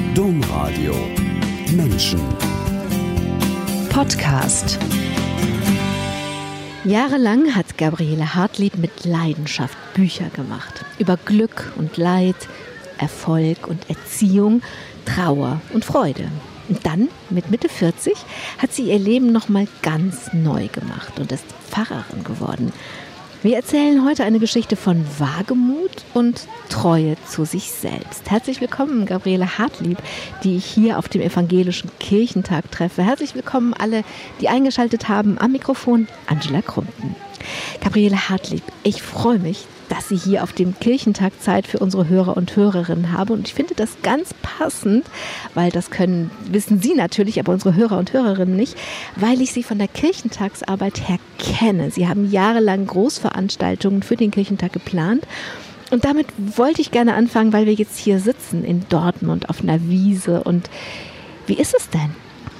Domradio Menschen Podcast. Jahrelang hat Gabriele Hartlieb mit Leidenschaft Bücher gemacht. Über Glück und Leid, Erfolg und Erziehung, Trauer und Freude. Und dann, mit Mitte 40, hat sie ihr Leben nochmal ganz neu gemacht und ist Pfarrerin geworden. Wir erzählen heute eine Geschichte von Wagemut und Treue zu sich selbst. Herzlich willkommen, Gabriele Hartlieb, die ich hier auf dem Evangelischen Kirchentag treffe. Herzlich willkommen alle, die eingeschaltet haben. Am Mikrofon Angela Krumpen. Gabriele Hartlieb, ich freue mich, dass Sie hier auf dem Kirchentag Zeit für unsere Hörer und Hörerinnen haben. Und ich finde das ganz passend, weil das wissen Sie natürlich, aber unsere Hörer und Hörerinnen nicht, weil ich Sie von der Kirchentagsarbeit her kenne. Sie haben jahrelang Großveranstaltungen für den Kirchentag geplant. Und damit wollte ich gerne anfangen, weil wir jetzt hier sitzen in Dortmund auf einer Wiese. Und wie ist es denn?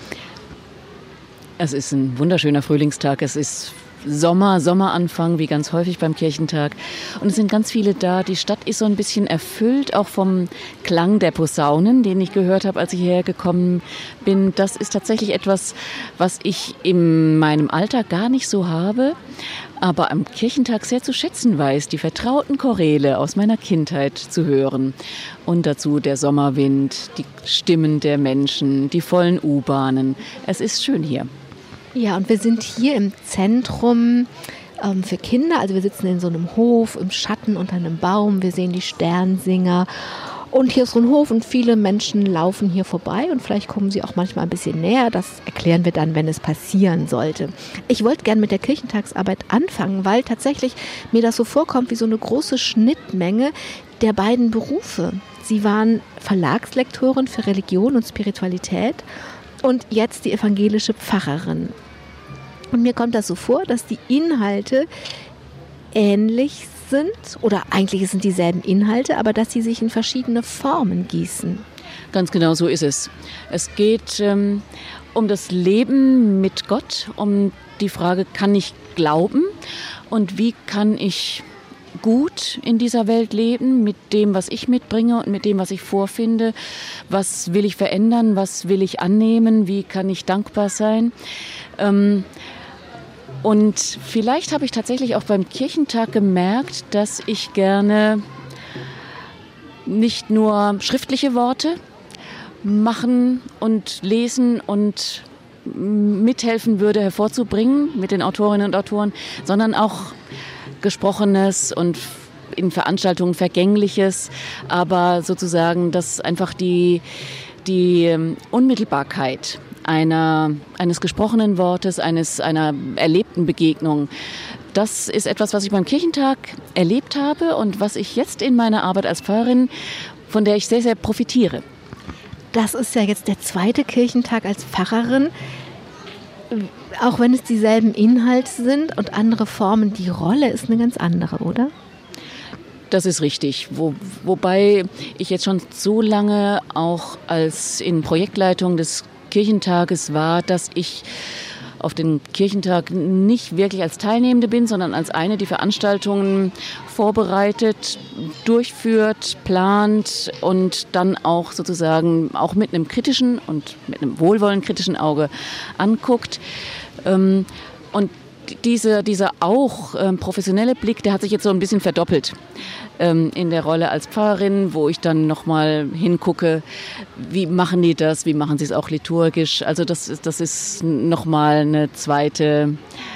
Es ist ein wunderschöner Frühlingstag. Es ist Sommeranfang, wie ganz häufig beim Kirchentag. Und es sind ganz viele da. Die Stadt ist so ein bisschen erfüllt, auch vom Klang der Posaunen, den ich gehört habe, als ich hierher gekommen bin. Das ist tatsächlich etwas, was ich in meinem Alltag gar nicht so habe, aber am Kirchentag sehr zu schätzen weiß, die vertrauten Choräle aus meiner Kindheit zu hören. Und dazu der Sommerwind, die Stimmen der Menschen, die vollen U-Bahnen. Es ist schön hier. Ja, und wir sind hier im Zentrum für Kinder. Also wir sitzen in so einem Hof im Schatten unter einem Baum. Wir sehen die Sternsinger. Und hier ist so ein Hof und viele Menschen laufen hier vorbei. Und vielleicht kommen sie auch manchmal ein bisschen näher. Das erklären wir dann, wenn es passieren sollte. Ich wollte gerne mit der Kirchentagsarbeit anfangen, weil tatsächlich mir das so vorkommt wie so eine große Schnittmenge der beiden Berufe. Sie waren Verlagslektorin für Religion und Spiritualität und jetzt die evangelische Pfarrerin. Und mir kommt das so vor, dass die Inhalte ähnlich sind, oder eigentlich sind dieselben Inhalte, aber dass sie sich in verschiedene Formen gießen. Ganz genau so ist es. Es geht um das Leben mit Gott, um die Frage, kann ich glauben und wie kann ich gut in dieser Welt leben, mit dem, was ich mitbringe und mit dem, was ich vorfinde. Was will ich verändern? Was will ich annehmen? Wie kann ich dankbar sein? Und vielleicht habe ich tatsächlich auch beim Kirchentag gemerkt, dass ich gerne nicht nur schriftliche Worte machen und lesen und mithelfen würde, hervorzubringen mit den Autorinnen und Autoren, sondern auch Gesprochenes und in Veranstaltungen Vergängliches, aber sozusagen, dass einfach die Unmittelbarkeit eines gesprochenen Wortes, einer erlebten Begegnung, das ist etwas, was ich beim Kirchentag erlebt habe und was ich jetzt in meiner Arbeit als Pfarrerin, von der ich sehr, sehr profitiere. Das ist ja jetzt der zweite Kirchentag als Pfarrerin. Auch wenn es dieselben Inhalte sind und andere Formen, die Rolle ist eine ganz andere, oder? Das ist richtig. Wobei ich jetzt schon so lange auch als in Projektleitung des Kirchentages war, dass ich auf den Kirchentag nicht wirklich als Teilnehmende bin, sondern als eine, die Veranstaltungen vorbereitet, durchführt, plant und dann auch sozusagen auch mit einem kritischen und mit einem wohlwollend kritischen Auge anguckt. Und dieser auch professionelle Blick, der hat sich jetzt so ein bisschen verdoppelt in der Rolle als Pfarrerin, wo ich dann nochmal hingucke, wie machen die das, wie machen sie es auch liturgisch. Also das ist nochmal eine zweite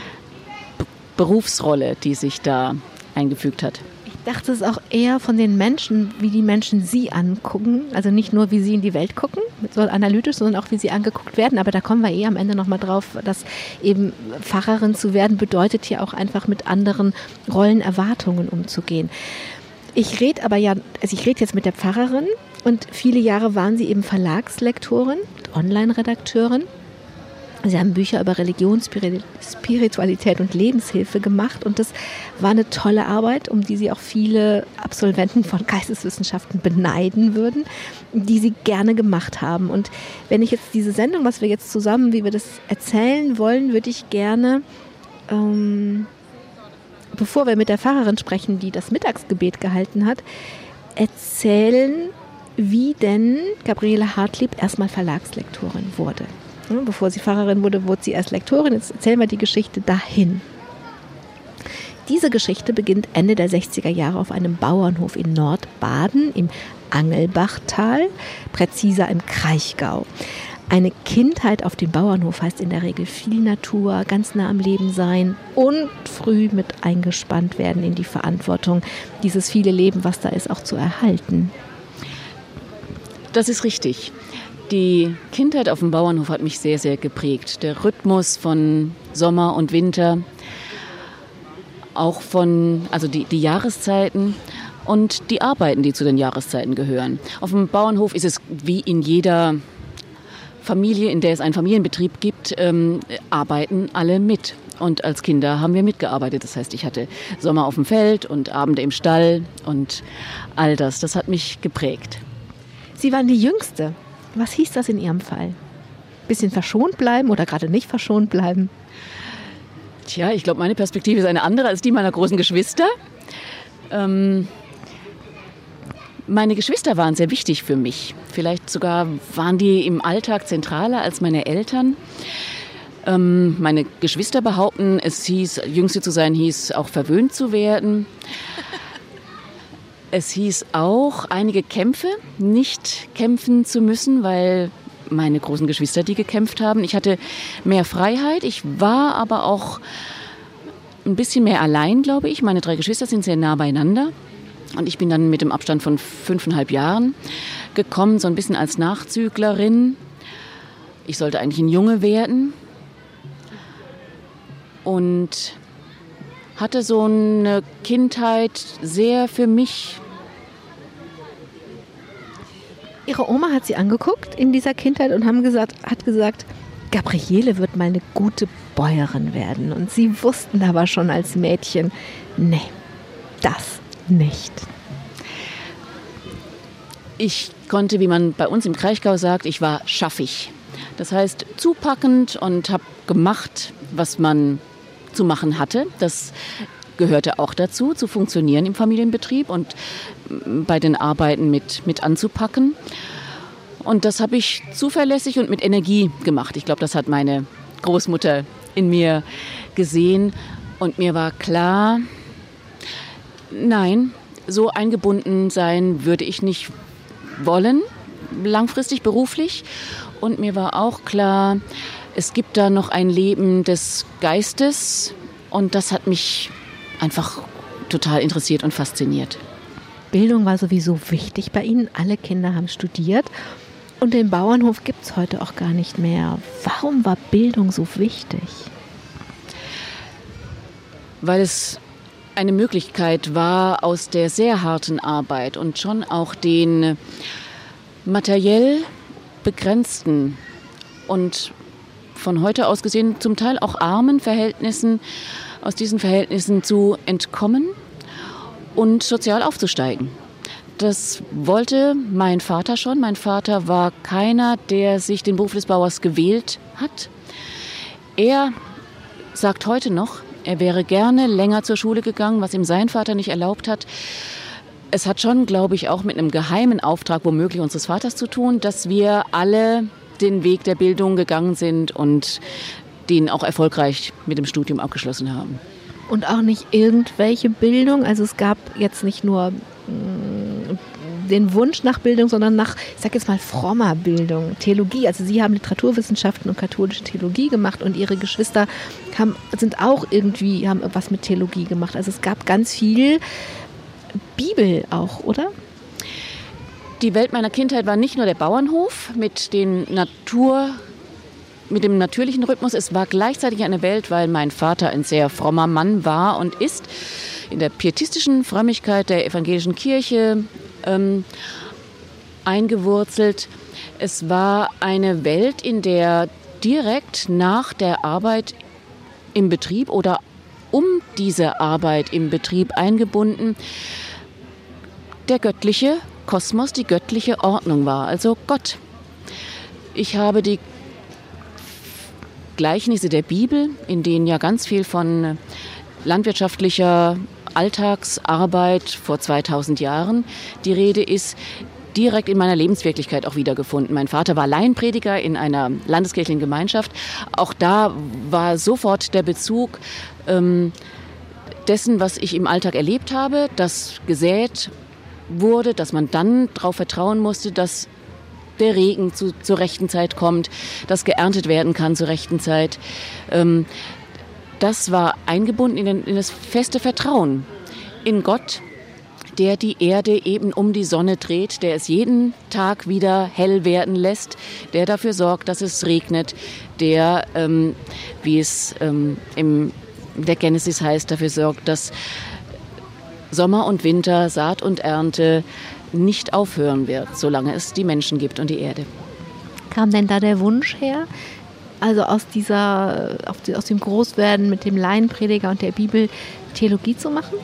Berufsrolle, die sich da eingefügt hat. Ich dachte es auch eher von den Menschen, wie die Menschen sie angucken. Also nicht nur, wie sie in die Welt gucken, so analytisch, sondern auch, wie sie angeguckt werden. Aber da kommen wir am Ende nochmal drauf, dass eben Pfarrerin zu werden bedeutet hier auch einfach mit anderen Rollenerwartungen umzugehen. Ich rede jetzt mit der Pfarrerin und viele Jahre waren sie eben Verlagslektorin, Online-Redakteurin. Sie haben Bücher über Religion, Spiritualität und Lebenshilfe gemacht und das war eine tolle Arbeit, um die Sie auch viele Absolventen von Geisteswissenschaften beneiden würden, die Sie gerne gemacht haben. Und wenn ich jetzt diese Sendung, was wir jetzt zusammen, wie wir das erzählen wollen, würde ich gerne, bevor wir mit der Pfarrerin sprechen, die das Mittagsgebet gehalten hat, erzählen, wie denn Gabriele Hartlieb erstmal Verlagslektorin wurde. Bevor sie Pfarrerin wurde, wurde sie erst Lektorin. Jetzt erzählen wir die Geschichte dahin. Diese Geschichte beginnt Ende der 60er Jahre auf einem Bauernhof in Nordbaden im Angelbachtal, präziser im Kraichgau. Eine Kindheit auf dem Bauernhof heißt in der Regel viel Natur, ganz nah am Leben sein und früh mit eingespannt werden in die Verantwortung, dieses viele Leben, was da ist, auch zu erhalten. Das ist richtig. Die Kindheit auf dem Bauernhof hat mich sehr, sehr geprägt. Der Rhythmus von Sommer und Winter, auch also die Jahreszeiten und die Arbeiten, die zu den Jahreszeiten gehören. Auf dem Bauernhof ist es wie in jeder Familie, in der es einen Familienbetrieb gibt, arbeiten alle mit. Und als Kinder haben wir mitgearbeitet. Das heißt, ich hatte Sommer auf dem Feld und Abende im Stall und all das. Das hat mich geprägt. Sie waren die Jüngste. Was hieß das in Ihrem Fall? Bisschen verschont bleiben oder gerade nicht verschont bleiben? Tja, ich glaube, meine Perspektive ist eine andere als die meiner großen Geschwister. Meine Geschwister waren sehr wichtig für mich. Vielleicht sogar waren die im Alltag zentraler als meine Eltern. Meine Geschwister behaupten, es hieß, Jüngste zu sein, hieß auch verwöhnt zu werden. Es hieß auch, einige Kämpfe nicht kämpfen zu müssen, weil meine großen Geschwister die gekämpft haben. Ich hatte mehr Freiheit. Ich war aber auch ein bisschen mehr allein, glaube ich. Meine 3 Geschwister sind sehr nah beieinander. Und ich bin dann mit dem Abstand von 5,5 Jahren gekommen, so ein bisschen als Nachzüglerin. Ich sollte eigentlich ein Junge werden. Und hatte so eine Kindheit sehr für mich. Ihre Oma hat sie angeguckt in dieser Kindheit und hat gesagt, Gabriele wird mal eine gute Bäuerin werden. Und Sie wussten aber schon als Mädchen, nee, das nicht. Ich konnte, wie man bei uns im Kraichgau sagt, ich war schaffig. Das heißt, zupackend und habe gemacht, was man zu machen hatte. Das gehörte auch dazu, zu funktionieren im Familienbetrieb und bei den Arbeiten mit anzupacken. Und das habe ich zuverlässig und mit Energie gemacht. Ich glaube, das hat meine Großmutter in mir gesehen. Und mir war klar, nein, so eingebunden sein würde ich nicht wollen, langfristig beruflich. Und mir war auch klar, es gibt da noch ein Leben des Geistes. Und das hat mich einfach total interessiert und fasziniert. Bildung war sowieso wichtig bei Ihnen. Alle Kinder haben studiert. Und den Bauernhof gibt es heute auch gar nicht mehr. Warum war Bildung so wichtig? Weil es eine Möglichkeit war, aus der sehr harten Arbeit und schon auch den materiell begrenzten und von heute aus gesehen zum Teil auch armen Verhältnissen, aus diesen Verhältnissen zu entkommen und sozial aufzusteigen. Das wollte mein Vater schon. Mein Vater war keiner, der sich den Beruf des Bauers gewählt hat. Er sagt heute noch, er wäre gerne länger zur Schule gegangen, was ihm sein Vater nicht erlaubt hat. Es hat schon, glaube ich, auch mit einem geheimen Auftrag womöglich unseres Vaters zu tun, dass wir alle den Weg der Bildung gegangen sind und den auch erfolgreich mit dem Studium abgeschlossen haben. Und auch nicht irgendwelche Bildung. Also es gab jetzt nicht nur den Wunsch nach Bildung, sondern nach, ich sage jetzt mal, frommer Bildung, Theologie. Also Sie haben Literaturwissenschaften und katholische Theologie gemacht und Ihre Geschwister haben was mit Theologie gemacht. Also es gab ganz viel Bibel auch, oder? Die Welt meiner Kindheit war nicht nur der Bauernhof mit dem natürlichen Rhythmus. Es war gleichzeitig eine Welt, weil mein Vater ein sehr frommer Mann war und ist, in der pietistischen Frömmigkeit der evangelischen Kirche eingewurzelt. Es war eine Welt, in der direkt nach der Arbeit im Betrieb oder um diese Arbeit im Betrieb eingebunden der göttliche Kosmos, die göttliche Ordnung war, also Gott. Ich habe die Gleichnisse der Bibel, in denen ja ganz viel von landwirtschaftlicher Alltagsarbeit vor 2000 Jahren die Rede ist, direkt in meiner Lebenswirklichkeit auch wiedergefunden. Mein Vater war Laienprediger in einer landeskirchlichen Gemeinschaft. Auch da war sofort der Bezug dessen, was ich im Alltag erlebt habe, das gesät wurde, dass man dann darauf vertrauen musste, dass der Regen zur rechten Zeit kommt, dass geerntet werden kann zur rechten Zeit. Das war eingebunden in das feste Vertrauen in Gott, der die Erde eben um die Sonne dreht, der es jeden Tag wieder hell werden lässt, der dafür sorgt, dass es regnet, der, wie es in der Genesis heißt, dafür sorgt, dass Sommer und Winter, Saat und Ernte nicht aufhören wird, solange es die Menschen gibt und die Erde. Kam denn da der Wunsch her, also aus dem Großwerden mit dem Laienprediger und der Bibel Theologie zu machen?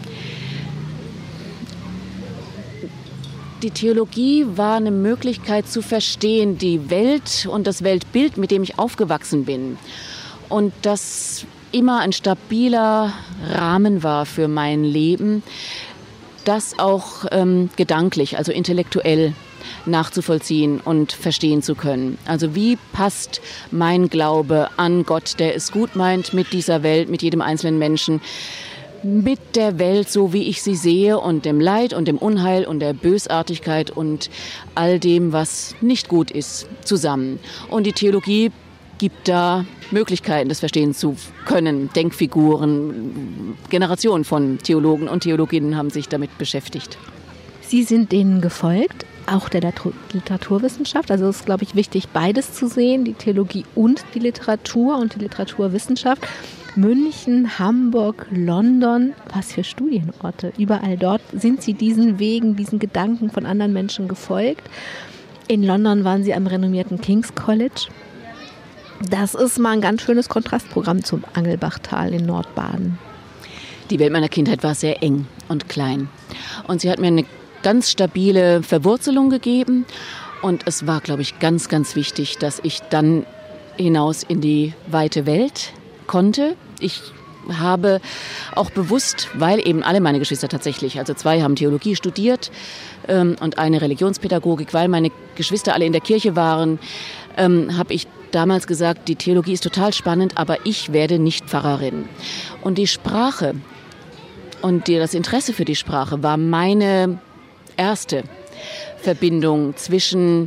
Die Theologie war eine Möglichkeit zu verstehen, die Welt und das Weltbild, mit dem ich aufgewachsen bin. Und das immer ein stabiler Rahmen war für mein Leben, das auch gedanklich, also intellektuell nachzuvollziehen und verstehen zu können. Also wie passt mein Glaube an Gott, der es gut meint mit dieser Welt, mit jedem einzelnen Menschen, mit der Welt, so wie ich sie sehe, und dem Leid und dem Unheil und der Bösartigkeit und all dem, was nicht gut ist, zusammen. Und die Theologie gibt da Möglichkeiten, das verstehen zu können. Denkfiguren, Generationen von Theologen und Theologinnen haben sich damit beschäftigt. Sie sind denen gefolgt, auch der Literaturwissenschaft. Also es ist, glaube ich, wichtig, beides zu sehen, die Theologie und die Literatur und die Literaturwissenschaft. München, Hamburg, London, was für Studienorte. Überall dort sind Sie diesen Wegen, diesen Gedanken von anderen Menschen gefolgt. In London waren Sie am renommierten King's College. Das ist mal ein ganz schönes Kontrastprogramm zum Angelbachtal in Nordbaden. Die Welt meiner Kindheit war sehr eng und klein. Und sie hat mir eine ganz stabile Verwurzelung gegeben. Und es war, glaube ich, ganz, ganz wichtig, dass ich dann hinaus in die weite Welt konnte. Ich habe auch bewusst, weil eben alle meine Geschwister tatsächlich, also 2 haben Theologie studiert und eine Religionspädagogik, weil meine Geschwister alle in der Kirche waren, habe ich damals gesagt, die Theologie ist total spannend, aber ich werde nicht Pfarrerin. Und die Sprache und das Interesse für die Sprache war meine erste Verbindung zwischen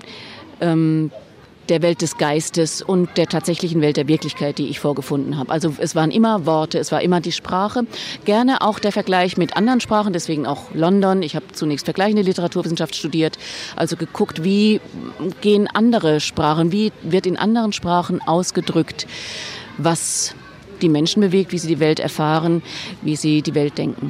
der Welt des Geistes und der tatsächlichen Welt der Wirklichkeit, die ich vorgefunden habe. Also es waren immer Worte, es war immer die Sprache. Gerne auch der Vergleich mit anderen Sprachen, deswegen auch London. Ich habe zunächst vergleichende Literaturwissenschaft studiert, also geguckt, wie gehen andere Sprachen, wie wird in anderen Sprachen ausgedrückt, was die Menschen bewegt, wie sie die Welt erfahren, wie sie die Welt denken.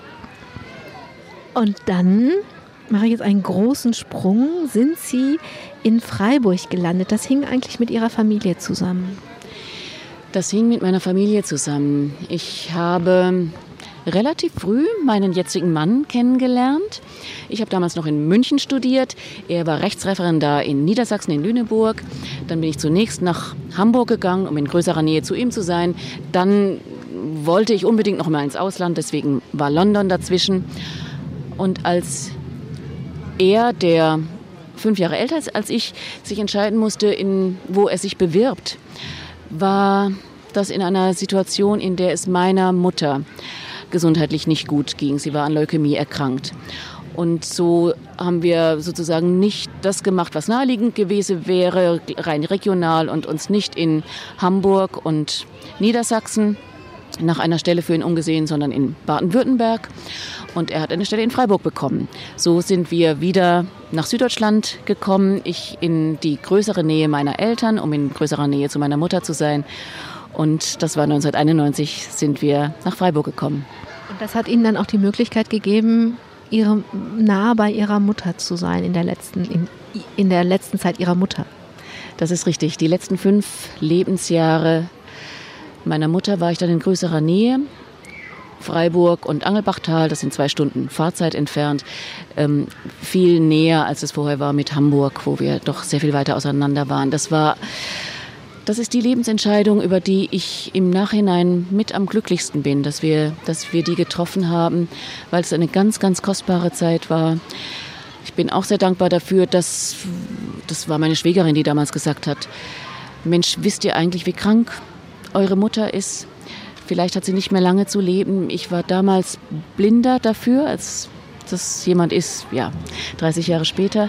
Und dann mache ich jetzt einen großen Sprung, sind Sie in Freiburg gelandet. Das hing eigentlich mit Ihrer Familie zusammen. Das hing mit meiner Familie zusammen. Ich habe relativ früh meinen jetzigen Mann kennengelernt. Ich habe damals noch in München studiert. Er war Rechtsreferendar in Niedersachsen, in Lüneburg. Dann bin ich zunächst nach Hamburg gegangen, um in größerer Nähe zu ihm zu sein. Dann wollte ich unbedingt noch mal ins Ausland, deswegen war London dazwischen. Und als er, der 5 Jahre älter ist als ich, sich entscheiden musste, wo er sich bewirbt, war das in einer Situation, in der es meiner Mutter gesundheitlich nicht gut ging. Sie war an Leukämie erkrankt. Und so haben wir sozusagen nicht das gemacht, was naheliegend gewesen wäre, rein regional, und uns nicht in Hamburg und Niedersachsen nach einer Stelle für ihn umgesehen, sondern in Baden-Württemberg. Und er hat eine Stelle in Freiburg bekommen. So sind wir wieder nach Süddeutschland gekommen. Ich in die größere Nähe meiner Eltern, um in größerer Nähe zu meiner Mutter zu sein. Und das war 1991, sind wir nach Freiburg gekommen. Und das hat Ihnen dann auch die Möglichkeit gegeben, nah bei Ihrer Mutter zu sein in der letzten Zeit Ihrer Mutter. Das ist richtig. Die letzten 5 Lebensjahre meiner Mutter war ich dann in größerer Nähe. Freiburg und Angelbachtal, das sind 2 Stunden Fahrzeit entfernt, viel näher, als es vorher war mit Hamburg, wo wir doch sehr viel weiter auseinander waren. Das ist die Lebensentscheidung, über die ich im Nachhinein mit am glücklichsten bin, dass wir die getroffen haben, weil es eine ganz, ganz kostbare Zeit war. Ich bin auch sehr dankbar dafür, das war meine Schwägerin, die damals gesagt hat, Mensch, wisst ihr eigentlich, wie krank eure Mutter ist? Vielleicht hat sie nicht mehr lange zu leben. Ich war damals blinder dafür, als das jemand ist, 30 Jahre später.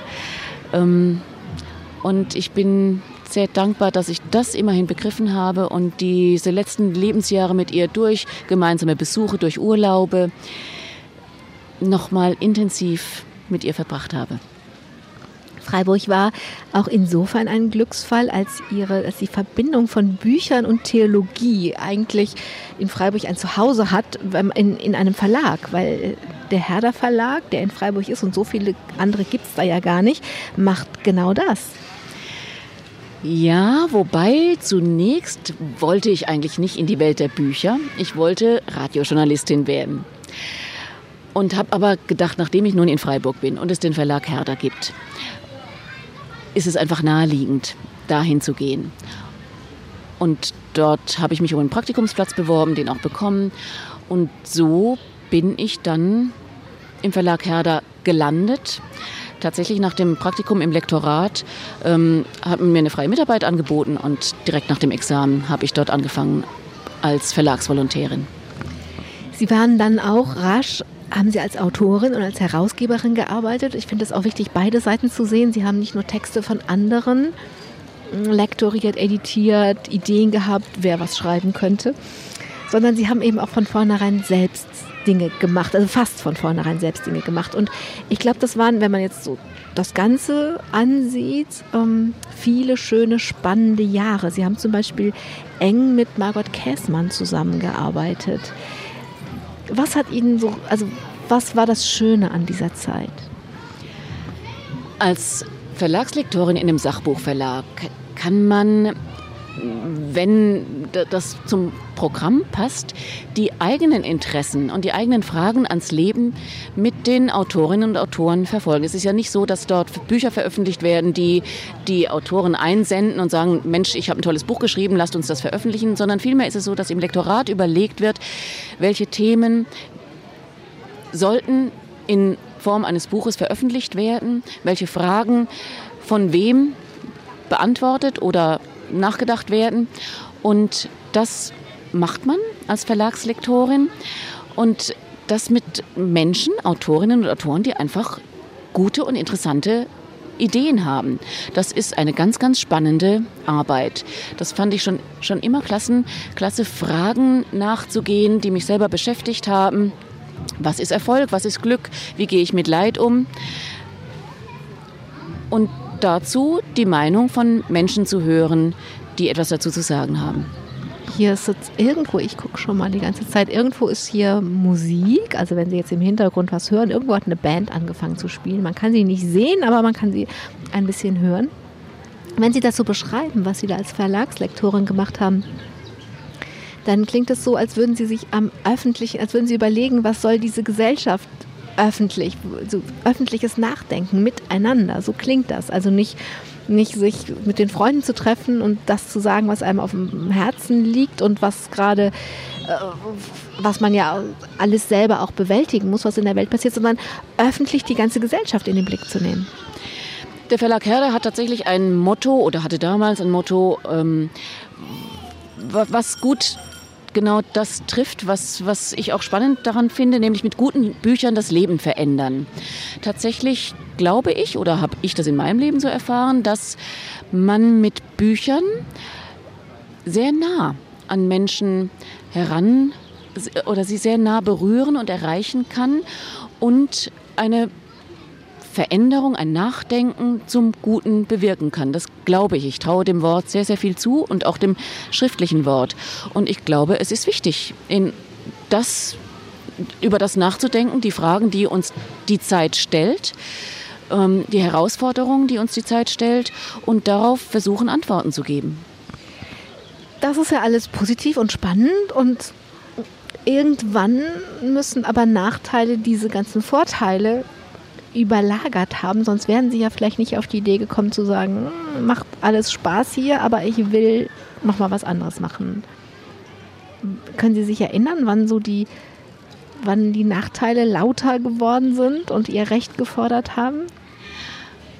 Und ich bin sehr dankbar, dass ich das immerhin begriffen habe und diese letzten Lebensjahre mit ihr durch gemeinsame Besuche, durch Urlaube nochmal intensiv mit ihr verbracht habe. Freiburg war auch insofern ein Glücksfall, als die Verbindung von Büchern und Theologie eigentlich in Freiburg ein Zuhause hat, in einem Verlag, weil der Herder Verlag, der in Freiburg ist und so viele andere gibt es da ja gar nicht, macht genau das. Ja, wobei zunächst wollte ich eigentlich nicht in die Welt der Bücher. Ich wollte Radiojournalistin werden. Und habe aber gedacht, nachdem ich nun in Freiburg bin und es den Verlag Herder gibt, ist es einfach naheliegend, dahin zu gehen. Und dort habe ich mich um einen Praktikumsplatz beworben, den auch bekommen. Und so bin ich dann im Verlag Herder gelandet. Tatsächlich nach dem Praktikum im Lektorat haben mir eine freie Mitarbeit angeboten und direkt nach dem Examen habe ich dort angefangen als Verlagsvolontärin. Sie waren dann auch rasch, haben Sie als Autorin und als Herausgeberin gearbeitet? Ich finde es auch wichtig, beide Seiten zu sehen. Sie haben nicht nur Texte von anderen lektoriert, editiert, Ideen gehabt, wer was schreiben könnte, sondern Sie haben eben auch von vornherein selbst Dinge gemacht, also fast von vornherein selbst Dinge gemacht. Und ich glaube, das waren, wenn man jetzt so das Ganze ansieht, viele schöne, spannende Jahre. Sie haben zum Beispiel eng mit Margot Käßmann zusammengearbeitet. Was hat Ihnen was war das Schöne an dieser Zeit? Als Verlagslektorin in einem Sachbuchverlag kann man, wenn das zum Programm passt, die eigenen Interessen und die eigenen Fragen ans Leben mit den Autorinnen und Autoren verfolgen. Es ist ja nicht so, dass dort Bücher veröffentlicht werden, die Autoren einsenden und sagen, Mensch, ich habe ein tolles Buch geschrieben, lasst uns das veröffentlichen, sondern vielmehr ist es so, dass im Lektorat überlegt wird, welche Themen sollten in Form eines Buches veröffentlicht werden, welche Fragen von wem beantwortet oder nachgedacht werden. Und das macht man als Verlagslektorin und das mit Menschen, Autorinnen und Autoren, die einfach gute und interessante Ideen haben. Das ist eine ganz, ganz spannende Arbeit. Das fand ich schon immer klasse, Fragen nachzugehen, die mich selber beschäftigt haben. Was ist Erfolg? Was ist Glück? Wie gehe ich mit Leid um? Und dazu die Meinung von Menschen zu hören, die etwas dazu zu sagen haben. Hier ist jetzt irgendwo, ich gucke schon mal die ganze Zeit, irgendwo ist hier Musik, also wenn Sie jetzt im Hintergrund was hören, irgendwo hat eine Band angefangen zu spielen. Man kann sie nicht sehen, aber man kann sie ein bisschen hören. Wenn Sie das so beschreiben, was Sie da als Verlagslektorin gemacht haben, dann klingt es so, als würden Sie sich als würden Sie überlegen, was soll diese Gesellschaft so öffentliches Nachdenken miteinander, so klingt das. Also nicht sich mit den Freunden zu treffen und das zu sagen, was einem auf dem Herzen liegt und was man ja alles selber auch bewältigen muss, was in der Welt passiert, sondern öffentlich die ganze Gesellschaft in den Blick zu nehmen. Der Verlag Herder hat tatsächlich ein Motto oder hatte damals ein Motto, was gut genau das trifft, was ich auch spannend daran finde, nämlich mit guten Büchern das Leben verändern. Tatsächlich glaube ich, oder habe ich das in meinem Leben so erfahren, dass man mit Büchern sehr nah an Menschen heran oder sie sehr nah berühren und erreichen kann und eine Veränderung, ein Nachdenken zum Guten bewirken kann. Das glaube ich. Ich traue dem Wort sehr, sehr viel zu und auch dem schriftlichen Wort. Und ich glaube, es ist wichtig, über das nachzudenken, die Fragen, die uns die Zeit stellt, die Herausforderungen, die uns die Zeit stellt und darauf versuchen, Antworten zu geben. Das ist ja alles positiv und spannend und irgendwann müssen aber Nachteile diese ganzen Vorteile überlagert haben, sonst wären Sie ja vielleicht nicht auf die Idee gekommen zu sagen, macht alles Spaß hier, aber ich will noch mal was anderes machen. Können Sie sich erinnern, wann die Nachteile lauter geworden sind und Ihr Recht gefordert haben?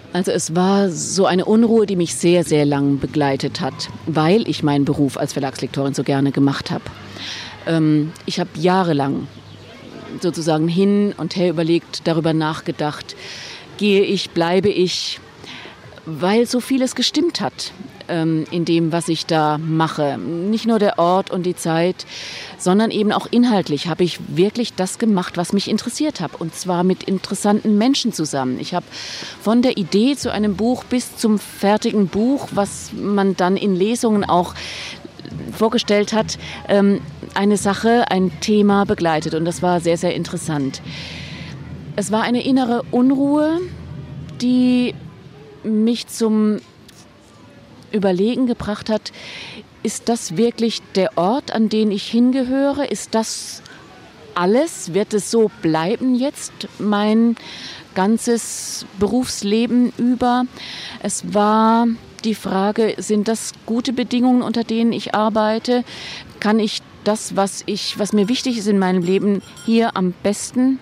Also es war so eine Unruhe, die mich sehr, sehr lang begleitet hat, weil ich meinen Beruf als Verlagslektorin so gerne gemacht habe. Ich habe jahrelang sozusagen hin und her überlegt, darüber nachgedacht, gehe ich, bleibe ich, weil so vieles gestimmt hat in dem, was ich da mache. Nicht nur der Ort und die Zeit, sondern eben auch inhaltlich habe ich wirklich das gemacht, was mich interessiert hat. Und zwar mit interessanten Menschen zusammen. Ich habe von der Idee zu einem Buch bis zum fertigen Buch, was man dann in Lesungen auch vorgestellt hat, eine Sache, ein Thema begleitet. Und das war sehr, sehr interessant. Es war eine innere Unruhe, die mich zum Überlegen gebracht hat, ist das wirklich der Ort, an den ich hingehöre? Ist das alles? Wird es so bleiben jetzt mein ganzes Berufsleben über? Es war die Frage, sind das gute Bedingungen, unter denen ich arbeite? Kann ich das, was mir wichtig ist in meinem Leben, hier am besten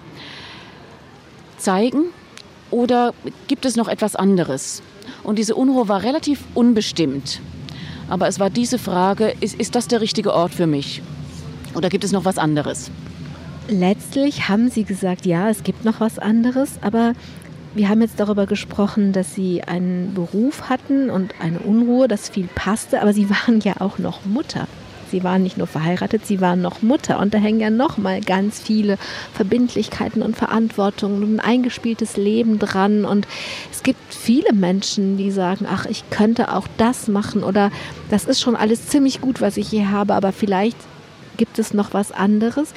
zeigen? Oder gibt es noch etwas anderes? Und diese Unruhe war relativ unbestimmt. Aber es war diese Frage, ist das der richtige Ort für mich? Oder gibt es noch was anderes? Letztlich haben Sie gesagt, ja, es gibt noch was anderes, aber wir haben jetzt darüber gesprochen, dass Sie einen Beruf hatten und eine Unruhe, das viel passte, aber Sie waren ja auch noch Mutter. Sie waren nicht nur verheiratet, Sie waren noch Mutter und da hängen ja noch mal ganz viele Verbindlichkeiten und Verantwortungen und ein eingespieltes Leben dran und es gibt viele Menschen, die sagen, ach, ich könnte auch das machen oder das ist schon alles ziemlich gut, was ich hier habe, aber vielleicht gibt es noch was anderes.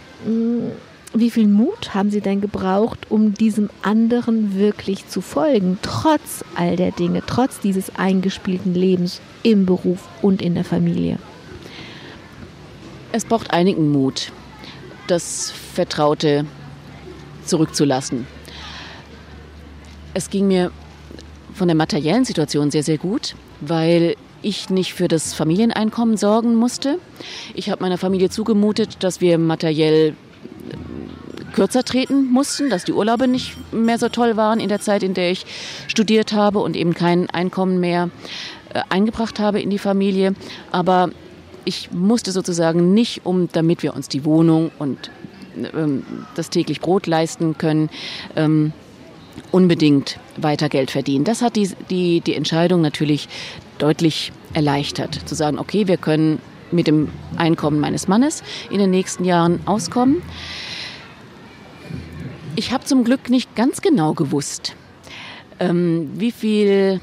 Wie viel Mut haben Sie denn gebraucht, um diesem anderen wirklich zu folgen, trotz all der Dinge, trotz dieses eingespielten Lebens im Beruf und in der Familie? Es braucht einigen Mut, das Vertraute zurückzulassen. Es ging mir von der materiellen Situation sehr, sehr gut, weil ich nicht für das Familieneinkommen sorgen musste. Ich habe meiner Familie zugemutet, dass wir materiell kürzer treten mussten, dass die Urlaube nicht mehr so toll waren in der Zeit, in der ich studiert habe und eben kein Einkommen mehr eingebracht habe in die Familie. Aber ich musste sozusagen nicht, damit wir uns die Wohnung und das täglich Brot leisten können, unbedingt weiter Geld verdienen. Das hat die Entscheidung natürlich deutlich erleichtert, zu sagen, okay, wir können mit dem Einkommen meines Mannes in den nächsten Jahren auskommen. Ich habe zum Glück nicht ganz genau gewusst, wie viel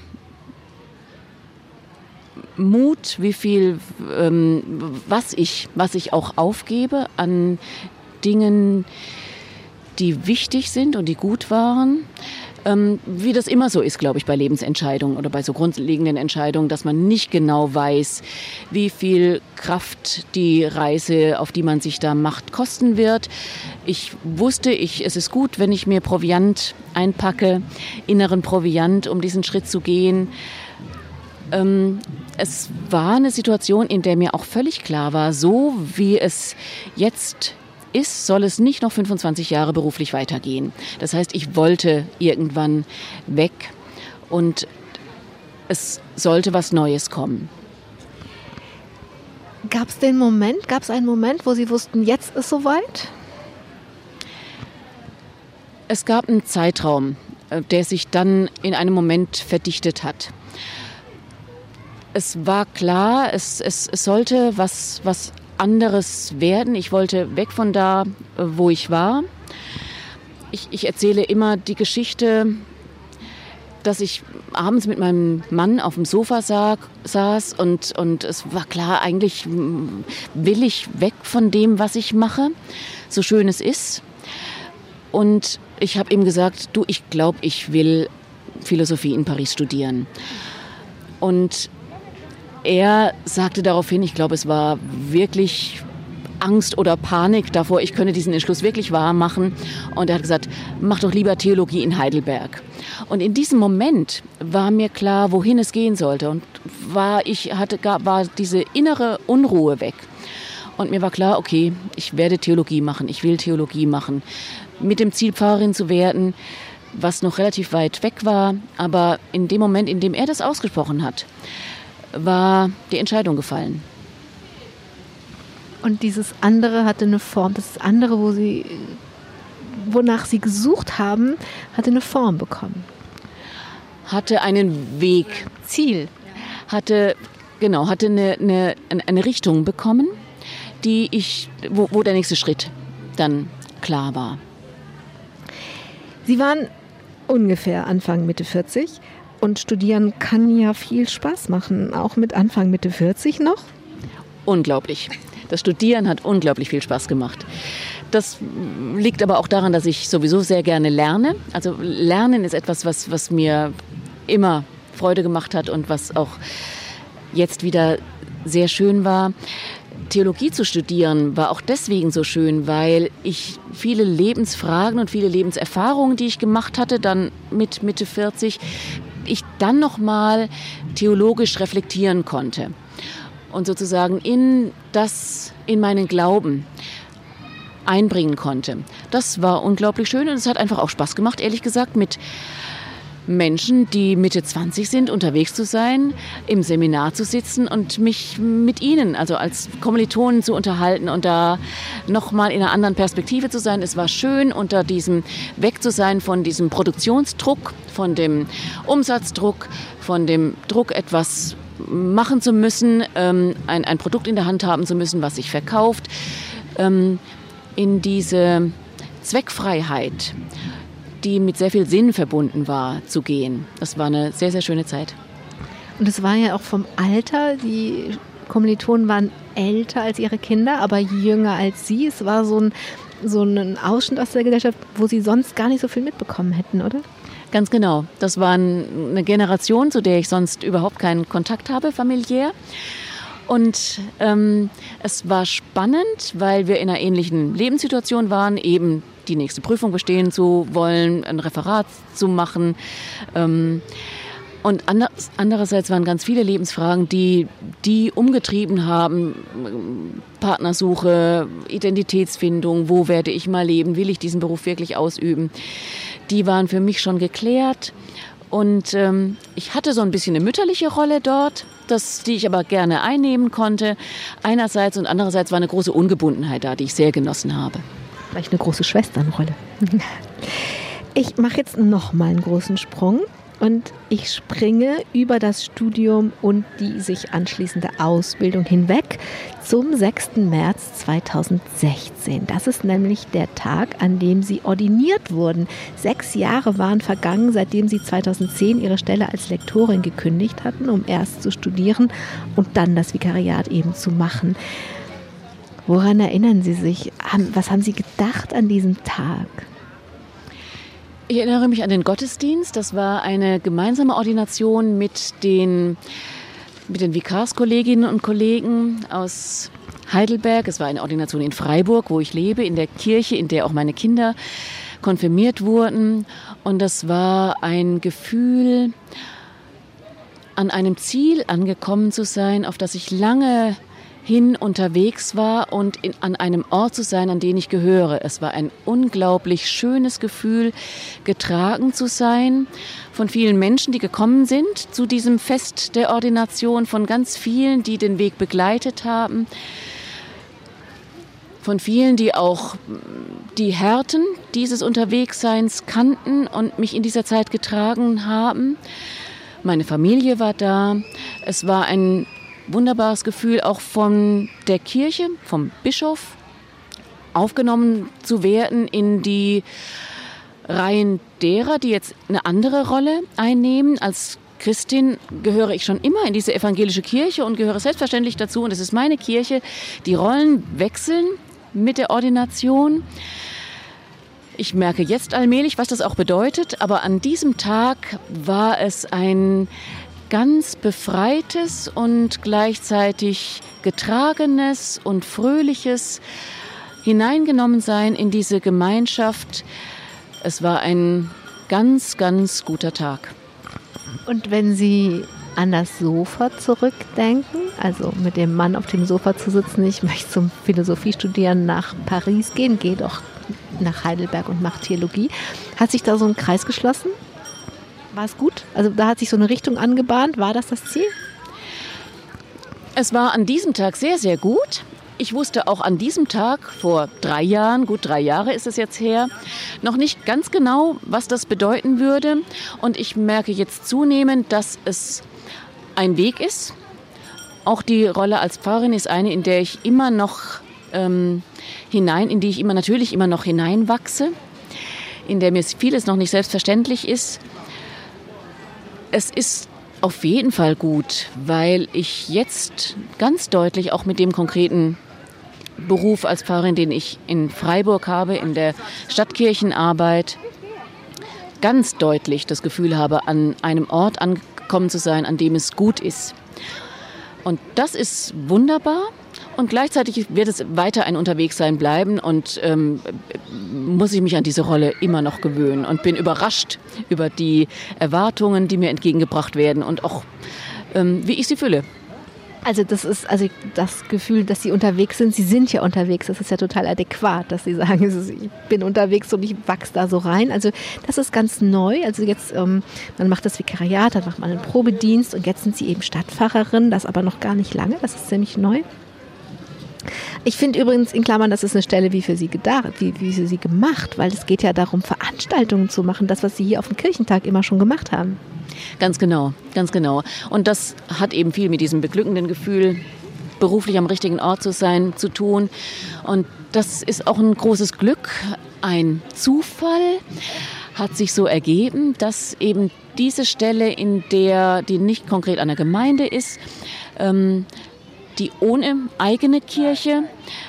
Mut, wie viel, was ich auch aufgebe an Dingen, die wichtig sind und die gut waren. Wie das immer so ist, glaube ich, bei Lebensentscheidungen oder bei so grundlegenden Entscheidungen, dass man nicht genau weiß, wie viel Kraft die Reise, auf die man sich da macht, kosten wird. Ich wusste, es ist gut, wenn ich mir Proviant einpacke, inneren Proviant, um diesen Schritt zu gehen. Es war eine Situation, in der mir auch völlig klar war, so wie es jetzt ist, soll es nicht noch 25 Jahre beruflich weitergehen. Das heißt, ich wollte irgendwann weg und es sollte was Neues kommen. Gab es einen Moment, wo Sie wussten, jetzt ist soweit? Es gab einen Zeitraum, der sich dann in einem Moment verdichtet hat. Es war klar, es sollte was anderes werden. Ich wollte weg von da, wo ich war. Ich erzähle immer die Geschichte, dass ich abends mit meinem Mann auf dem Sofa saß und es war klar, eigentlich will ich weg von dem, was ich mache, so schön es ist. Und ich habe ihm gesagt, du, ich glaube, ich will Philosophie in Paris studieren. Und er sagte daraufhin, ich glaube, es war wirklich Angst oder Panik davor, ich könne diesen Entschluss wirklich wahr machen. Und er hat gesagt, mach doch lieber Theologie in Heidelberg. Und in diesem Moment war mir klar, wohin es gehen sollte. Und war diese innere Unruhe weg. Und mir war klar, okay, ich werde Theologie machen, ich will Theologie machen. Mit dem Ziel, Pfarrerin zu werden. was noch relativ weit weg war. Aber in dem Moment, in dem er das ausgesprochen hat, war die Entscheidung gefallen. Und dieses andere hatte eine Form, das andere, wonach Sie gesucht haben, hatte eine Form bekommen. Hatte einen Weg. Ziel. Hatte eine Richtung bekommen, wo der nächste Schritt dann klar war. Sie waren ungefähr Anfang, Mitte 40 und studieren kann ja viel Spaß machen, auch mit Anfang, Mitte 40 noch. Unglaublich. Das Studieren hat unglaublich viel Spaß gemacht. Das liegt aber auch daran, dass ich sowieso sehr gerne lerne. Also Lernen ist etwas, was mir immer Freude gemacht hat und was auch jetzt wieder sehr schön war. Theologie zu studieren war auch deswegen so schön, weil ich viele Lebensfragen und viele Lebenserfahrungen, die ich gemacht hatte, dann mit Mitte 40, ich dann nochmal theologisch reflektieren konnte. Und sozusagen in meinen Glauben einbringen konnte. Das war unglaublich schön und es hat einfach auch Spaß gemacht, ehrlich gesagt, mit Menschen, die Mitte 20 sind, unterwegs zu sein, im Seminar zu sitzen und mich mit ihnen, also als Kommilitonen zu unterhalten und da nochmal in einer anderen Perspektive zu sein. Es war schön, unter diesem weg zu sein von diesem Produktionsdruck, von dem Umsatzdruck, von dem Druck, etwas machen zu müssen, ein Produkt in der Hand haben zu müssen, was sich verkauft, in diese Zweckfreiheit, die mit sehr viel Sinn verbunden war, zu gehen. Das war eine sehr, sehr schöne Zeit. Und es war ja auch vom Alter, die Kommilitonen waren älter als ihre Kinder, aber jünger als Sie. Es war so ein Ausschnitt aus der Gesellschaft, wo Sie sonst gar nicht so viel mitbekommen hätten, oder? Ganz genau. Das war eine Generation, zu der ich sonst überhaupt keinen Kontakt habe, familiär. Und es war spannend, weil wir in einer ähnlichen Lebenssituation waren, eben die nächste Prüfung bestehen zu wollen, ein Referat zu machen. Und andererseits waren ganz viele Lebensfragen, die umgetrieben haben. Partnersuche, Identitätsfindung, wo werde ich mal leben, will ich diesen Beruf wirklich ausüben? Die waren für mich schon geklärt. Und ich hatte so ein bisschen eine mütterliche Rolle dort, die ich aber gerne einnehmen konnte. Einerseits und andererseits war eine große Ungebundenheit da, die ich sehr genossen habe. Vielleicht eine große Schwesternrolle. Ich mache jetzt noch mal einen großen Sprung und ich springe über das Studium und die sich anschließende Ausbildung hinweg zum 6. März 2016. Das ist nämlich der Tag, an dem Sie ordiniert wurden. 6 Jahre waren vergangen, seitdem Sie 2010 Ihre Stelle als Lektorin gekündigt hatten, um erst zu studieren und dann das Vikariat eben zu machen. Woran erinnern Sie sich? Was haben Sie gedacht an diesem Tag? Ich erinnere mich an den Gottesdienst. Das war eine gemeinsame Ordination mit den Vikarskolleginnen und Kollegen aus Heidelberg. Es war eine Ordination in Freiburg, wo ich lebe, in der Kirche, in der auch meine Kinder konfirmiert wurden. Und das war ein Gefühl, an einem Ziel angekommen zu sein, auf das ich lange hin unterwegs war und an einem Ort zu sein, an den ich gehöre. Es war ein unglaublich schönes Gefühl, getragen zu sein von vielen Menschen, die gekommen sind zu diesem Fest der Ordination, von ganz vielen, die den Weg begleitet haben, von vielen, die auch die Härten dieses Unterwegsseins kannten und mich in dieser Zeit getragen haben. Meine Familie war da. Es war ein wunderbares Gefühl, auch von der Kirche, vom Bischof, aufgenommen zu werden in die Reihen derer, die jetzt eine andere Rolle einnehmen. Als Christin gehöre ich schon immer in diese evangelische Kirche und gehöre selbstverständlich dazu. Und es ist meine Kirche. Die Rollen wechseln mit der Ordination. Ich merke jetzt allmählich, was das auch bedeutet. Aber an diesem Tag war es ein ganz befreites und gleichzeitig getragenes und fröhliches Hineingenommensein in diese Gemeinschaft. Es war ein ganz, ganz guter Tag. Und wenn Sie an das Sofa zurückdenken, also mit dem Mann auf dem Sofa zu sitzen, ich möchte zum Philosophiestudieren nach Paris gehen, gehe doch nach Heidelberg und macht Theologie. Hat sich da so ein Kreis geschlossen? War es gut? Also da hat sich so eine Richtung angebahnt. War das Ziel? Es war an diesem Tag sehr, sehr gut. Ich wusste auch an diesem Tag vor 3 Jahren, gut 3 Jahre ist es jetzt her, noch nicht ganz genau, was das bedeuten würde. Und ich merke jetzt zunehmend, dass es ein Weg ist. Auch die Rolle als Pfarrerin ist eine, in der ich immer noch natürlich immer noch hineinwachse, in der mir vieles noch nicht selbstverständlich ist. Es ist auf jeden Fall gut, weil ich jetzt ganz deutlich auch mit dem konkreten Beruf als Pfarrerin, den ich in Freiburg habe, in der Stadtkirchenarbeit, ganz deutlich das Gefühl habe, an einem Ort angekommen zu sein, an dem es gut ist. Und das ist wunderbar. Und gleichzeitig wird es weiter ein Unterwegssein bleiben und muss ich mich an diese Rolle immer noch gewöhnen und bin überrascht über die Erwartungen, die mir entgegengebracht werden und auch, wie ich sie fülle. Also das ist das Gefühl, dass Sie unterwegs sind. Sie sind ja unterwegs. Das ist ja total adäquat, dass Sie sagen, ich bin unterwegs und ich wachse da so rein. Also das ist ganz neu. Also jetzt, man macht das Vikariat, dann macht man einen Probedienst und jetzt sind Sie eben Stadtpfarrerin. Das aber noch gar nicht lange. Das ist ziemlich neu. Ich finde übrigens in Klammern, das ist eine Stelle wie für Sie gedacht, wie für Sie gemacht, weil es geht ja darum, Veranstaltungen zu machen, das, was Sie hier auf dem Kirchentag immer schon gemacht haben. Ganz genau, ganz genau. Und das hat eben viel mit diesem beglückenden Gefühl, beruflich am richtigen Ort zu sein, zu tun. Und das ist auch ein großes Glück. Ein Zufall hat sich so ergeben, dass eben diese Stelle, die nicht konkret an der Gemeinde ist, die ohne eigene Kirche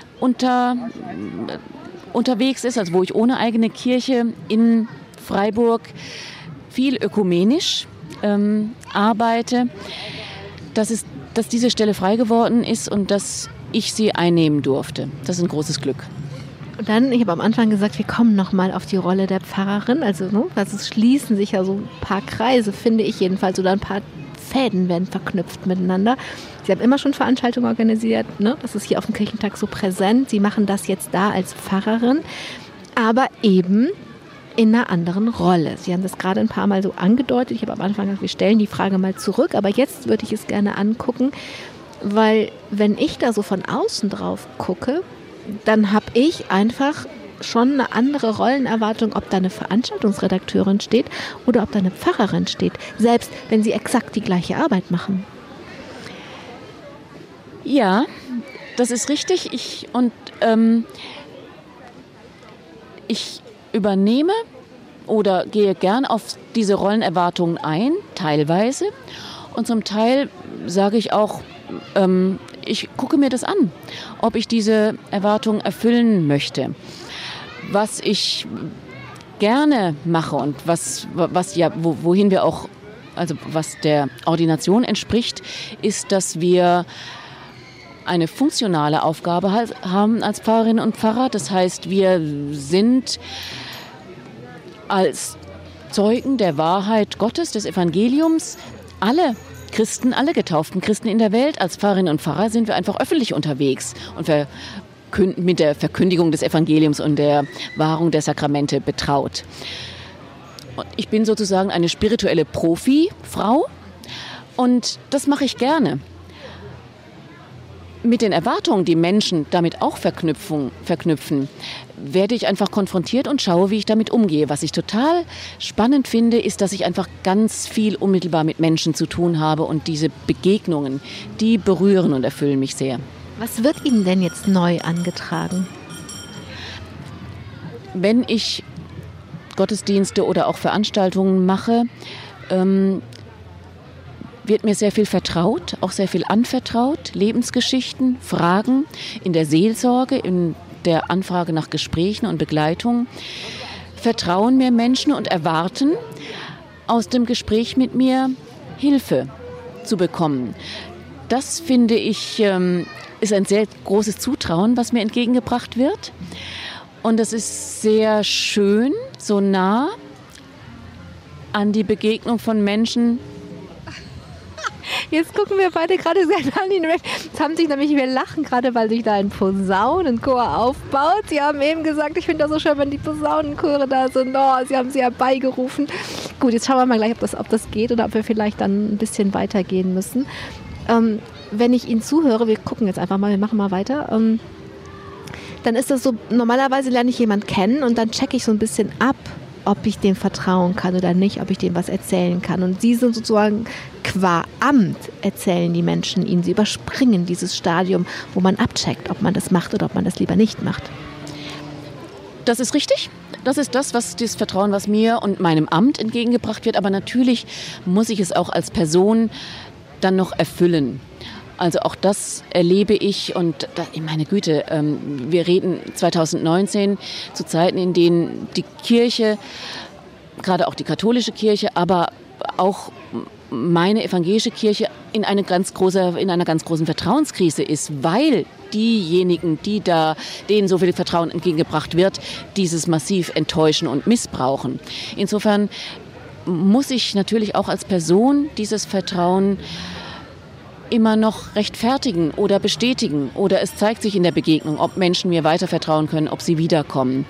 unterwegs ist, also wo ich ohne eigene Kirche in Freiburg viel ökumenisch arbeite, dass diese Stelle frei geworden ist und dass ich sie einnehmen durfte. Das ist ein großes Glück. Und dann, ich habe am Anfang gesagt, wir kommen nochmal auf die Rolle der Pfarrerin. Also es schließen sich ja so ein paar Kreise, finde ich jedenfalls, oder ein paar Fäden werden verknüpft miteinander. Sie haben immer schon Veranstaltungen organisiert, ne? Das ist hier auf dem Kirchentag so präsent. Sie machen das jetzt da als Pfarrerin, aber eben in einer anderen Rolle. Sie haben das gerade ein paar Mal so angedeutet. Ich habe am Anfang gesagt, wir stellen die Frage mal zurück, aber jetzt würde ich es gerne angucken, weil wenn ich da so von außen drauf gucke, dann habe ich einfach schon eine andere Rollenerwartung, ob da eine Veranstaltungsredakteurin steht oder ob da eine Pfarrerin steht, selbst wenn sie exakt die gleiche Arbeit machen. Ja, das ist richtig. Ich übernehme oder gehe gern auf diese Rollenerwartungen ein, teilweise. Und zum Teil sage ich auch, ich gucke mir das an, ob ich diese Erwartungen erfüllen möchte. Was ich gerne mache und wohin wir auch, also was der Ordination entspricht, ist, dass wir eine funktionale Aufgabe haben als Pfarrerinnen und Pfarrer. Das heißt, wir sind als Zeugen der Wahrheit Gottes, des Evangeliums, alle Christen, alle getauften Christen in der Welt, als Pfarrerinnen und Pfarrer sind wir einfach öffentlich unterwegs und mit der Verkündigung des Evangeliums und der Wahrung der Sakramente betraut. Und ich bin sozusagen eine spirituelle Profifrau und das mache ich gerne. Mit den Erwartungen, die Menschen damit auch verknüpfen, werde ich einfach konfrontiert und schaue, wie ich damit umgehe. Was ich total spannend finde, ist, dass ich einfach ganz viel unmittelbar mit Menschen zu tun habe und diese Begegnungen, die berühren und erfüllen mich sehr. Was wird Ihnen denn jetzt neu angetragen? Wenn ich Gottesdienste oder auch Veranstaltungen mache, wird mir sehr viel vertraut, auch sehr viel anvertraut, Lebensgeschichten, Fragen in der Seelsorge, in der Anfrage nach Gesprächen und Begleitung. Vertrauen mir Menschen und erwarten aus dem Gespräch mit mir Hilfe zu bekommen. Das finde ich ist ein sehr großes Zutrauen, was mir entgegengebracht wird. Und das ist sehr schön, so nah an die Begegnung von Menschen Jetzt gucken wir beide gerade sehr an ihn. Jetzt haben sich nämlich, wir lachen gerade, weil sich da ein Posaunenchor aufbaut. Sie haben eben gesagt, ich finde das so schön, wenn die Posaunenchöre da sind. Oh, sie haben sie herbeigerufen. Gut, jetzt schauen wir mal gleich, ob das geht oder ob wir vielleicht dann ein bisschen weitergehen müssen. Wenn ich Ihnen zuhöre, wir gucken jetzt einfach mal, wir machen mal weiter, dann ist das so, normalerweise lerne ich jemanden kennen und dann checke ich so ein bisschen ab, ob ich dem vertrauen kann oder nicht, ob ich dem was erzählen kann. Und Sie sind sozusagen qua Amt, erzählen die Menschen Ihnen. Sie überspringen dieses Stadium, wo man abcheckt, ob man das macht oder ob man das lieber nicht macht. Das ist richtig. Das ist das Vertrauen, was mir und meinem Amt entgegengebracht wird. Aber natürlich muss ich es auch als Person dann noch erfüllen. Also auch das erlebe ich und meine Güte, wir reden 2019 zu Zeiten, in denen die Kirche, gerade auch die katholische Kirche, aber auch meine evangelische Kirche in einer ganz großen Vertrauenskrise ist, weil diejenigen, denen so viel Vertrauen entgegengebracht wird, dieses massiv enttäuschen und missbrauchen. Insofern muss ich natürlich auch als Person dieses Vertrauen immer noch rechtfertigen oder bestätigen. Oder es zeigt sich in der Begegnung, ob Menschen mir weiter vertrauen können, ob sie wiederkommen.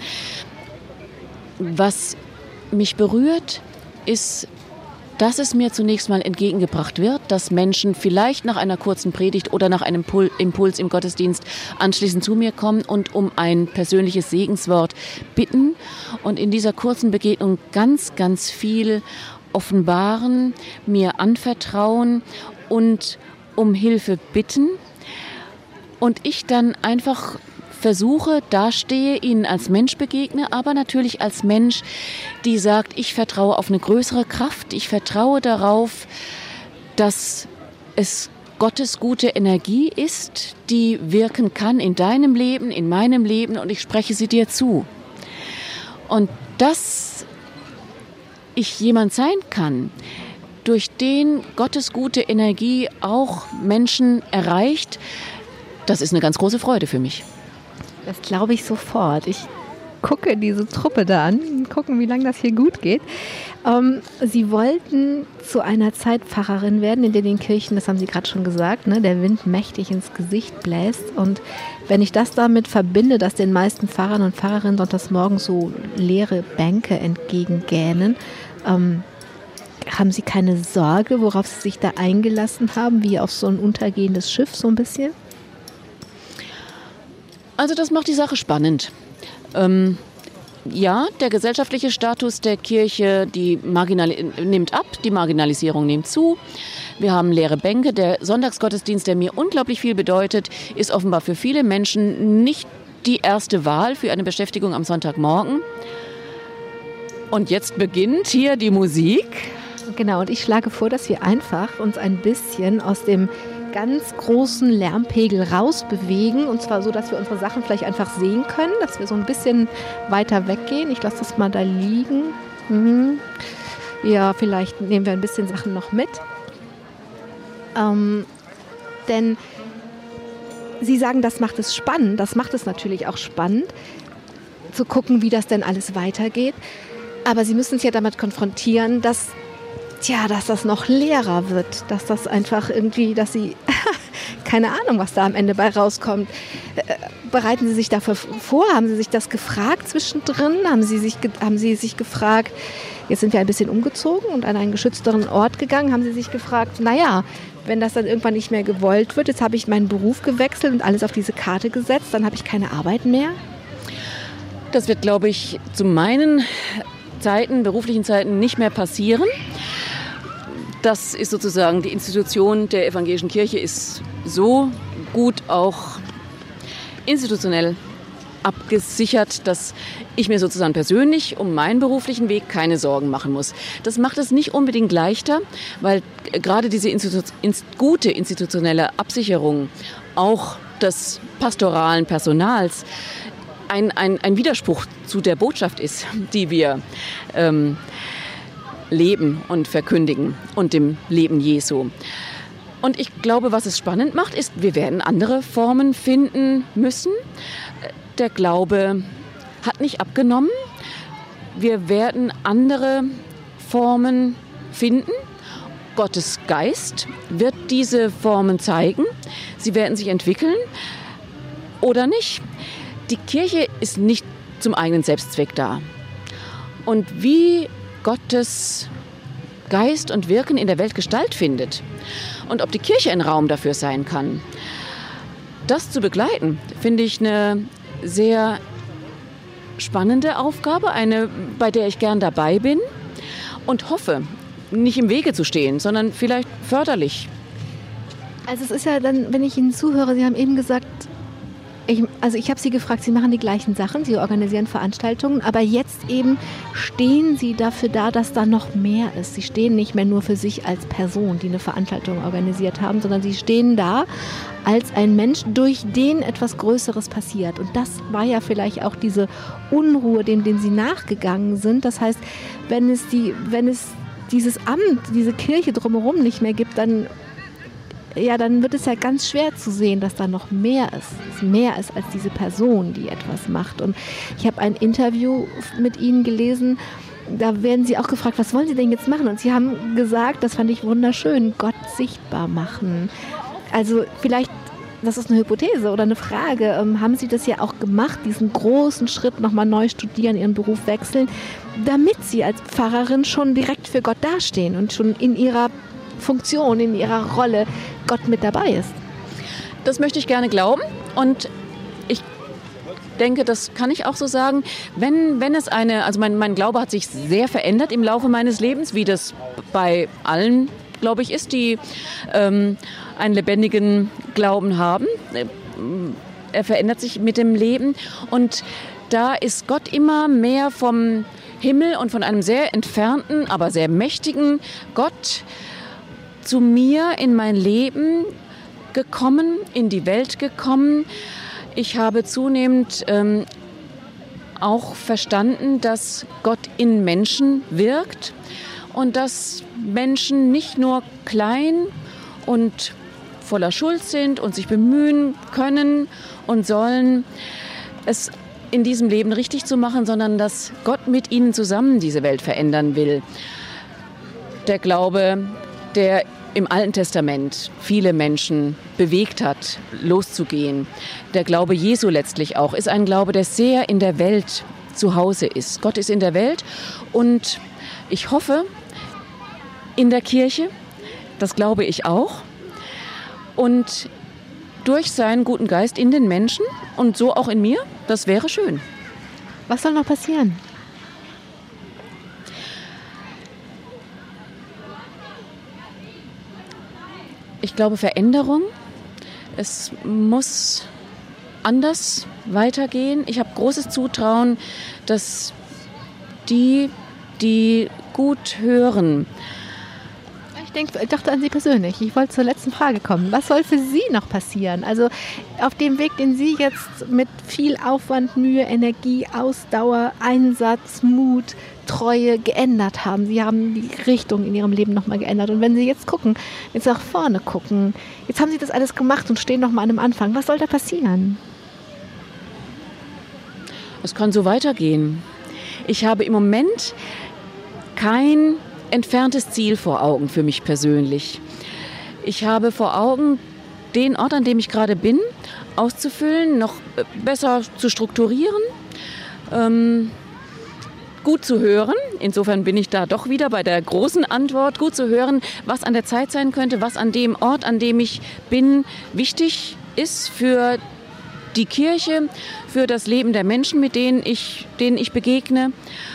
Was mich berührt, ist, dass es mir zunächst mal entgegengebracht wird, dass Menschen vielleicht nach einer kurzen Predigt oder nach einem Impuls im Gottesdienst anschließend zu mir kommen und um ein persönliches Segenswort bitten und in dieser kurzen Begegnung ganz, ganz viel offenbaren, mir anvertrauen und um Hilfe bitten und ich dann einfach versuche, dastehe, ihnen als Mensch begegne, aber natürlich als Mensch, die sagt, ich vertraue auf eine größere Kraft, ich vertraue darauf, dass es Gottes gute Energie ist, die wirken kann in deinem Leben, in meinem Leben und ich spreche sie dir zu. Und dass ich jemand sein kann, durch den Gottes gute Energie auch Menschen erreicht, das ist eine ganz große Freude für mich. Das glaube ich sofort. Ich gucke diese Truppe da an, gucken, wie lange das hier gut geht. Sie wollten zu einer Zeit Pfarrerin werden, in der den Kirchen, das haben Sie gerade schon gesagt, ne, der Wind mächtig ins Gesicht bläst. Und wenn ich das damit verbinde, dass den meisten Pfarrern und Pfarrerinnen sonntags morgens so leere Bänke entgegengähnen, haben Sie keine Sorge, worauf Sie sich da eingelassen haben, wie auf so ein untergehendes Schiff so ein bisschen? Also das macht die Sache spannend. Ja, der gesellschaftliche Status der Kirche nimmt ab, die Marginalisierung nimmt zu. Wir haben leere Bänke. Der Sonntagsgottesdienst, der mir unglaublich viel bedeutet, ist offenbar für viele Menschen nicht die erste Wahl für eine Beschäftigung am Sonntagmorgen. Und jetzt beginnt hier die Musik. Genau, und ich schlage vor, dass wir einfach uns ein bisschen aus dem ganz großen Lärmpegel rausbewegen. Und zwar so, dass wir unsere Sachen vielleicht einfach sehen können, dass wir so ein bisschen weiter weggehen. Ich lasse das mal da liegen. Ja, vielleicht nehmen wir ein bisschen Sachen noch mit. Denn Sie sagen, das macht es spannend. Das macht es natürlich auch spannend, zu gucken, wie das denn alles weitergeht. Aber Sie müssen sich ja damit konfrontieren, dass das noch leerer wird, dass das einfach irgendwie, dass Sie, keine Ahnung, was da am Ende bei rauskommt. Bereiten Sie sich dafür vor? Haben Sie sich das gefragt zwischendrin? Haben Sie sich gefragt, jetzt sind wir ein bisschen umgezogen und an einen geschützteren Ort gegangen, haben Sie sich gefragt, naja, wenn das dann irgendwann nicht mehr gewollt wird, jetzt habe ich meinen Beruf gewechselt und alles auf diese Karte gesetzt, dann habe ich keine Arbeit mehr? Das wird, glaube ich, zu meinen beruflichen Zeiten nicht mehr passieren. Das ist sozusagen die Institution der evangelischen Kirche, ist so gut auch institutionell abgesichert, dass ich mir sozusagen persönlich um meinen beruflichen Weg keine Sorgen machen muss. Das macht es nicht unbedingt leichter, weil gerade diese gute institutionelle Absicherung auch des pastoralen Personals ein Widerspruch zu der Botschaft ist, die wir leben und verkündigen und dem Leben Jesu. Und ich glaube, was es spannend macht, ist, wir werden andere Formen finden müssen. Der Glaube hat nicht abgenommen. Wir werden andere Formen finden. Gottes Geist wird diese Formen zeigen. Sie werden sich entwickeln oder nicht. Die Kirche ist nicht zum eigenen Selbstzweck da. Und wie Gottes Geist und Wirken in der Welt Gestalt findet und ob die Kirche ein Raum dafür sein kann, das zu begleiten, finde ich eine sehr spannende Aufgabe, eine, bei der ich gern dabei bin und hoffe, nicht im Wege zu stehen, sondern vielleicht förderlich. Also es ist ja dann, wenn ich Ihnen zuhöre, Sie haben eben gesagt, ich habe Sie gefragt, Sie machen die gleichen Sachen, Sie organisieren Veranstaltungen, aber jetzt eben stehen Sie dafür da, dass da noch mehr ist. Sie stehen nicht mehr nur für sich als Person, die eine Veranstaltung organisiert haben, sondern Sie stehen da als ein Mensch, durch den etwas Größeres passiert. Und das war ja vielleicht auch diese Unruhe, dem Sie nachgegangen sind. Das heißt, wenn es dieses Amt, diese Kirche drumherum nicht mehr gibt, dann wird es ja ganz schwer zu sehen, dass da noch mehr ist. Es mehr ist als diese Person, die etwas macht. Und ich habe ein Interview mit Ihnen gelesen, da werden Sie auch gefragt, was wollen Sie denn jetzt machen? Und Sie haben gesagt, das fand ich wunderschön, Gott sichtbar machen. Also vielleicht, das ist eine Hypothese oder eine Frage, haben Sie das ja auch gemacht, diesen großen Schritt nochmal neu studieren, Ihren Beruf wechseln, damit Sie als Pfarrerin schon direkt für Gott dastehen und schon in Ihrer Funktion, in ihrer Rolle Gott mit dabei ist. Das möchte ich gerne glauben und ich denke, das kann ich auch so sagen, wenn es mein Glaube hat sich sehr verändert im Laufe meines Lebens, wie das bei allen, glaube ich, ist, die einen lebendigen Glauben haben. Er verändert sich mit dem Leben und da ist Gott immer mehr vom Himmel und von einem sehr entfernten, aber sehr mächtigen Gott zu mir in mein Leben gekommen, in die Welt gekommen. Ich habe zunehmend auch verstanden, dass Gott in Menschen wirkt und dass Menschen nicht nur klein und voller Schuld sind und sich bemühen können und sollen, es in diesem Leben richtig zu machen, sondern dass Gott mit ihnen zusammen diese Welt verändern will. Der Glaube, der im Alten Testament viele Menschen bewegt hat, loszugehen. Der Glaube Jesu letztlich auch, ist ein Glaube, der sehr in der Welt zu Hause ist. Gott ist in der Welt und ich hoffe, in der Kirche, das glaube ich auch, und durch seinen guten Geist in den Menschen und so auch in mir, das wäre schön. Was soll noch passieren? Ich glaube Veränderung. Es muss anders weitergehen. Ich habe großes Zutrauen, dass die gut hören. Ich dachte an Sie persönlich. Ich wollte zur letzten Frage kommen. Was soll für Sie noch passieren? Also auf dem Weg, den Sie jetzt mit viel Aufwand, Mühe, Energie, Ausdauer, Einsatz, Mut, Treue geändert haben. Sie haben die Richtung in Ihrem Leben nochmal geändert. Und wenn Sie jetzt gucken, jetzt nach vorne gucken, jetzt haben Sie das alles gemacht und stehen nochmal an einem Anfang. Was soll da passieren? Es kann so weitergehen. Ich habe im Moment kein entferntes Ziel vor Augen für mich persönlich. Ich habe vor Augen, den Ort, an dem ich gerade bin, auszufüllen, noch besser zu strukturieren, gut zu hören. Insofern bin ich da doch wieder bei der großen Antwort, gut zu hören, was an der Zeit sein könnte, was an dem Ort, an dem ich bin, wichtig ist für die Kirche, für das Leben der Menschen, mit denen ich begegne.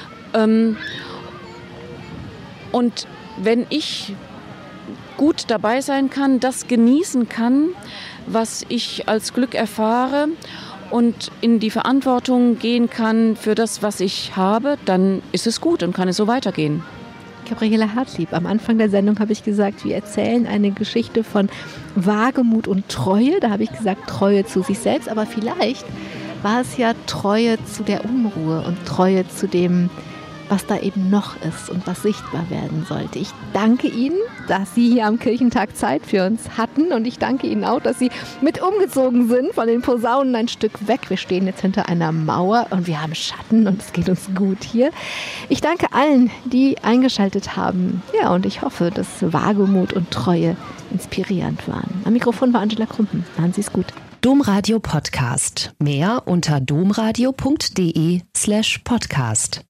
Und wenn ich gut dabei sein kann, das genießen kann, was ich als Glück erfahre und in die Verantwortung gehen kann für das, was ich habe, dann ist es gut und kann es so weitergehen. Gabriele Hartlieb, am Anfang der Sendung habe ich gesagt, wir erzählen eine Geschichte von Wagemut und Treue. Da habe ich gesagt, Treue zu sich selbst, aber vielleicht war es ja Treue zu der Unruhe und Treue zu dem was da eben noch ist und was sichtbar werden sollte. Ich danke Ihnen, dass Sie hier am Kirchentag Zeit für uns hatten und ich danke Ihnen auch, dass Sie mit umgezogen sind von den Posaunen ein Stück weg. Wir stehen jetzt hinter einer Mauer und wir haben Schatten und es geht uns gut hier. Ich danke allen, die eingeschaltet haben. Ja, und ich hoffe, dass Wagemut und Treue inspirierend waren. Am Mikrofon war Angela Krumpen. Machen Sie es gut. Domradio Podcast. Mehr unter domradio.de/podcast.